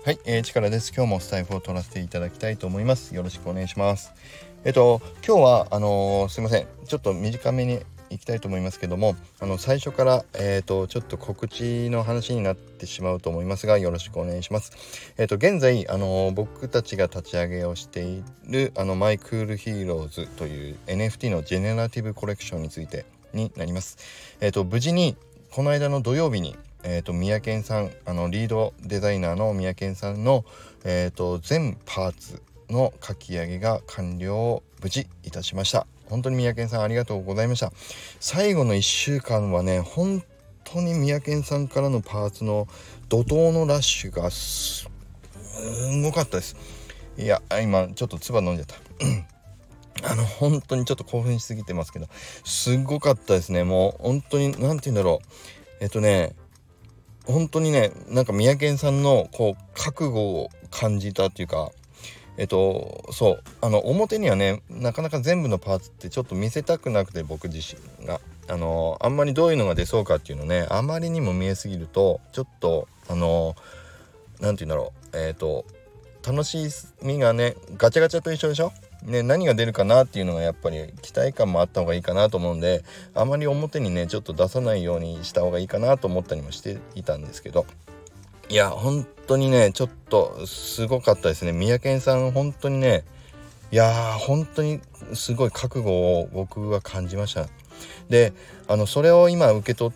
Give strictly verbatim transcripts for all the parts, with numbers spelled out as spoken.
はい、えー、力です。今日もスタイフを取らせていただきたいと思います。よろしくお願いします。えっと今日はあのー、すいません、ちょっと短めにいきたいと思いますけども、あの最初からえっとちょっと告知の話になってしまうと思いますが、よろしくお願いします。えっと現在あのー、僕たちが立ち上げをしているあのマイクールヒーローズという エヌエフティー のジェネラティブコレクションについてになります。えっと無事にこの間の土曜日にえーと、宮健さん、あのリードデザイナーの宮健さんの、えーと、全パーツの書き上げが完了を無事いたしました。本当に宮健さんありがとうございました。最後のいっしゅうかんはね、本当に宮健さんからのパーツの怒涛のラッシュがすごかったです。いや、今ちょっと唾飲んじゃったあの本当にちょっと興奮しすぎてますけど、すごかったですね。もう本当になんて言うんだろう、えっとね本当にね、なんか宮健さんのこう覚悟を感じたっていうか、えっとそうあの表にはねなかなか全部のパーツってちょっと見せたくなくて、僕自身があのあんまりどういうのが出そうかっていうのね、あまりにも見えすぎるとちょっとあのなんて言うんだろう、えっと楽しみがねガチャガチャと一緒でしょね、何が出るかなっていうのがやっぱり期待感もあった方がいいかなと思うんで、あまり表にねちょっと出さないようにした方がいいかなと思ったりもしていたんですけど、いや本当にねちょっとすごかったですね。宮健さん本当にね、いやー本当にすごい覚悟を僕は感じました。であのそれを今受け取って、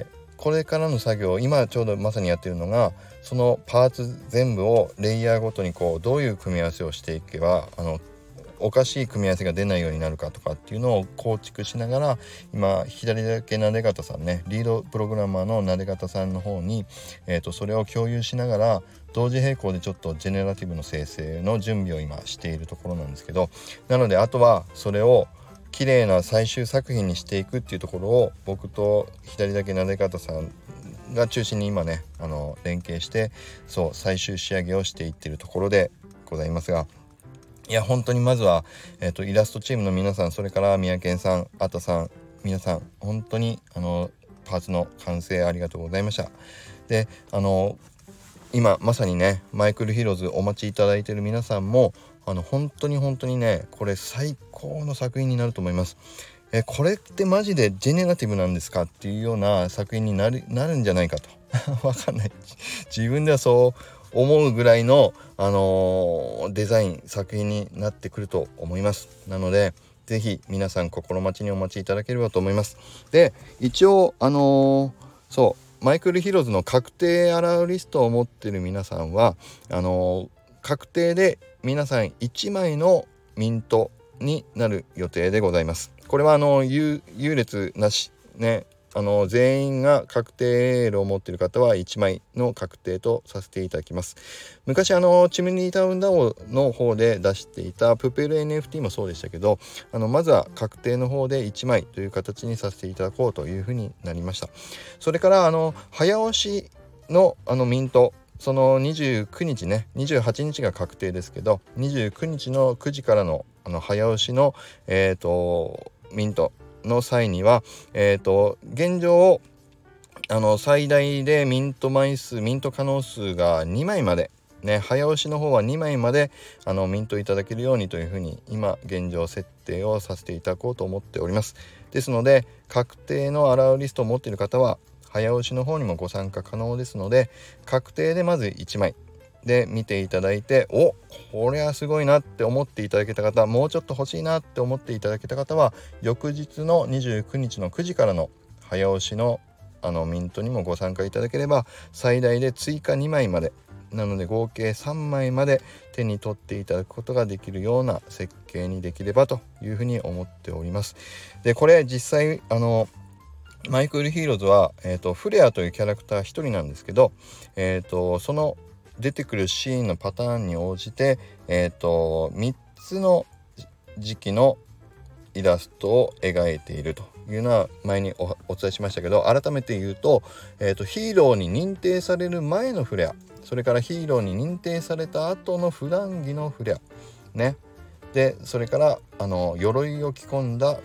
これからの作業、今ちょうどまさにやってるのが、そのパーツ全部をレイヤーごとにこうどういう組み合わせをしていけばあのおかしい組み合わせが出ないようになるかとかっていうのを構築しながら、今左だけなで方さんね、リードプログラマーのなで方さんの方に、えーとそれを共有しながら同時並行でちょっとジェネラティブの生成の準備を今しているところなんですけど、なのであとはそれを綺麗な最終作品にしていくっていうところを、僕と左だけなで方さんが中心に今ねあの連携して、そう最終仕上げをしていっているところでございますが、いや本当にまずは、えーと、イラストチームの皆さん、それから宮健さん、あたさん、皆さん本当にあのパーツの完成ありがとうございました。であの今まさにねマイクルヒーローズお待ちいただいている皆さんも、あの本当に本当にねこれ最高の作品になると思います。えこれってマジでジェネラティブなんですかっていうような作品になるなるんじゃないかとわかんない、自分ではそう思うぐらいの、あのー、デザイン作品になってくると思います。なのでぜひ皆さん心待ちにお待ちいただければと思います。で一応あのー、そうマイクルヒーローズの確定アラウリストを持っている皆さんはあのー、確定で皆さんいちまいのミントになる予定でございます。これはあの優劣なしね、あの全員が確定エールを持っている方はいちまいの確定とさせていただきます。昔あのチムニータウンダオの方で出していたプペル エヌエフティー もそうでしたけど、あのまずは確定の方でいちまいという形にさせていただこうというふうになりました。それからあの早押しのあのミント、そのにじゅうくにちね、にじゅうはちにちが確定ですけど、にじゅうくにちのくじからのあの早押しのえっとミントの際には、えーと現状あの最大でミント枚数ミント可能数がにまいまでね、早押しの方はにまいまであのミントいただけるようにというふうに今現状設定をさせていただこうと思っております。ですので確定のアラウリストを持っている方は早押しの方にもご参加可能ですので、確定でまずいちまいで見ていただいて、おこれはすごいなって思っていただけた方、もうちょっと欲しいなって思っていただけた方は翌日のにじゅうくにちのくじからの早押しのあのミントにもご参加いただければ最大で追加にまいまでなので合計さんまいまで手に取っていただくことができるような設計にできればというふうに思っております。でこれ実際あのマイクルヒーローズは、えーと、フレアというキャラクターひとりなんですけど、えーと、その出てくるシーンのパターンに応じて、えーと、みっつの時期のイラストを描いているというのは前に お, お伝えしましたけど、改めて言うと、えーと、ヒーローに認定される前のフレア、それからヒーローに認定された後の普段着のフレアね、でそれからあの鎧を着込んだフレア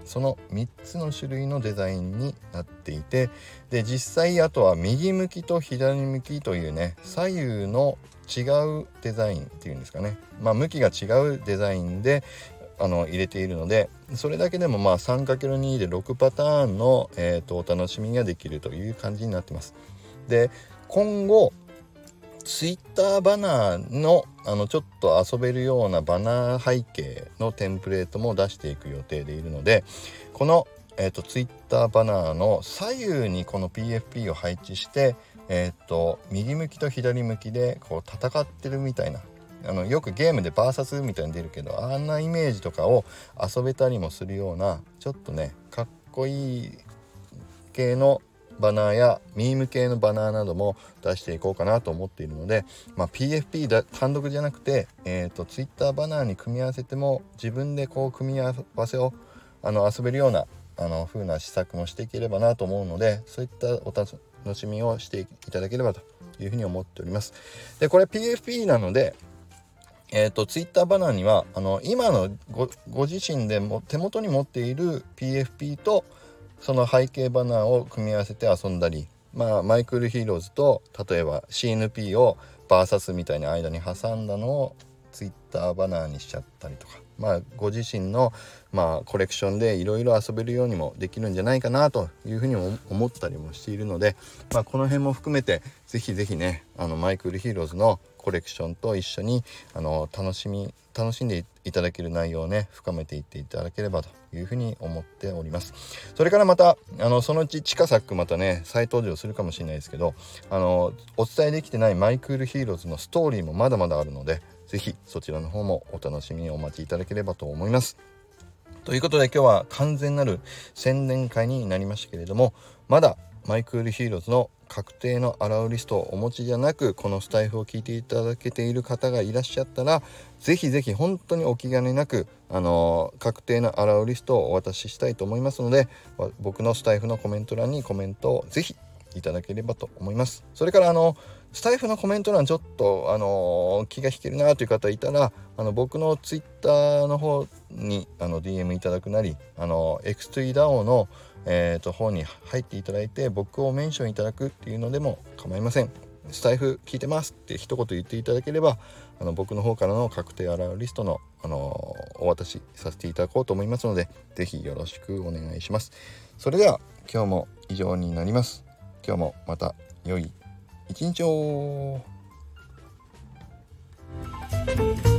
そのみっつの種類のデザインになっていて、で実際あとは右向きと左向きというね左右の違うデザインっていうんですかね、まあ向きが違うデザインであの入れているので、それだけでもまあ さんかけるに でろくパターンの、えーとお楽しみができるという感じになってます。で今後ツイッターバナーのあのちょっと遊べるようなバナー背景のテンプレートも出していく予定でいるので、この、えーと、ツイッターバナーの左右にこの ピーエフピー を配置して、えーと、右向きと左向きでこう戦ってるみたいな、あのよくゲームでバーサスみたいに出るけど、あんなイメージとかを遊べたりもするようなちょっとねかっこいい系のバナーやミーム系のバナーなども出していこうかなと思っているので、まあ、ピーエフピー だ単独じゃなくて、えーと、Twitter バナーに組み合わせても自分でこう組み合わせをあの遊べるようなあの風な施策もしていければなと思うので、そういったお楽しみをしていただければというふうに思っております。でこれ ピーエフピー なのでえーと、Twitter バナーにはあの今の ご, ご自身でも手元に持っている ピーエフピー とその背景バナーを組み合わせて遊んだり、まあ、マイクールヒーローズと例えば シーエヌピー をバーサスみたいに間に挟んだのを Twitter バナーにしちゃったりとか、まあ、ご自身の、まあ、コレクションでいろいろ遊べるようにもできるんじゃないかなというふうにも思ったりもしているので、まあ、この辺も含めてぜひぜひねあのマイクールヒーローズのコレクションと一緒にあの楽しみ楽しんでいただける内容をね深めていっていただければというふうに思っております。それからまたあのそのうち近さくまたね再登場するかもしれないですけど、あのお伝えできてないマイクールヒーローズのストーリーもまだまだあるので、ぜひそちらの方もお楽しみにお待ちいただければと思います。ということで今日は完全なる宣伝会になりましたけれども、まだマイクールヒーローズの確定のアラウリストをお持ちじゃなく、このスタイフを聞いていただけている方がいらっしゃったら、ぜひぜひ本当にお気兼ねなく、あのー、確定のアラウリストをお渡ししたいと思いますので、僕のスタイフのコメント欄にコメントをぜひいただければと思います。それからあのスタイフのコメント欄ちょっとあの気が引けるなという方いたら、あの僕のツイッターの方にあの ディーエム いただくなり、あの エックスツーイー ダオ のえーと方に入っていただいて僕をメンションいただくっていうのでも構いません。スタイフ聞いてますって一言言っていただければ、あの僕の方からの確定アラウリストの、あのお渡しさせていただこうと思いますので、ぜひよろしくお願いします。それでは今日も以上になります。今日もまた良い一日を。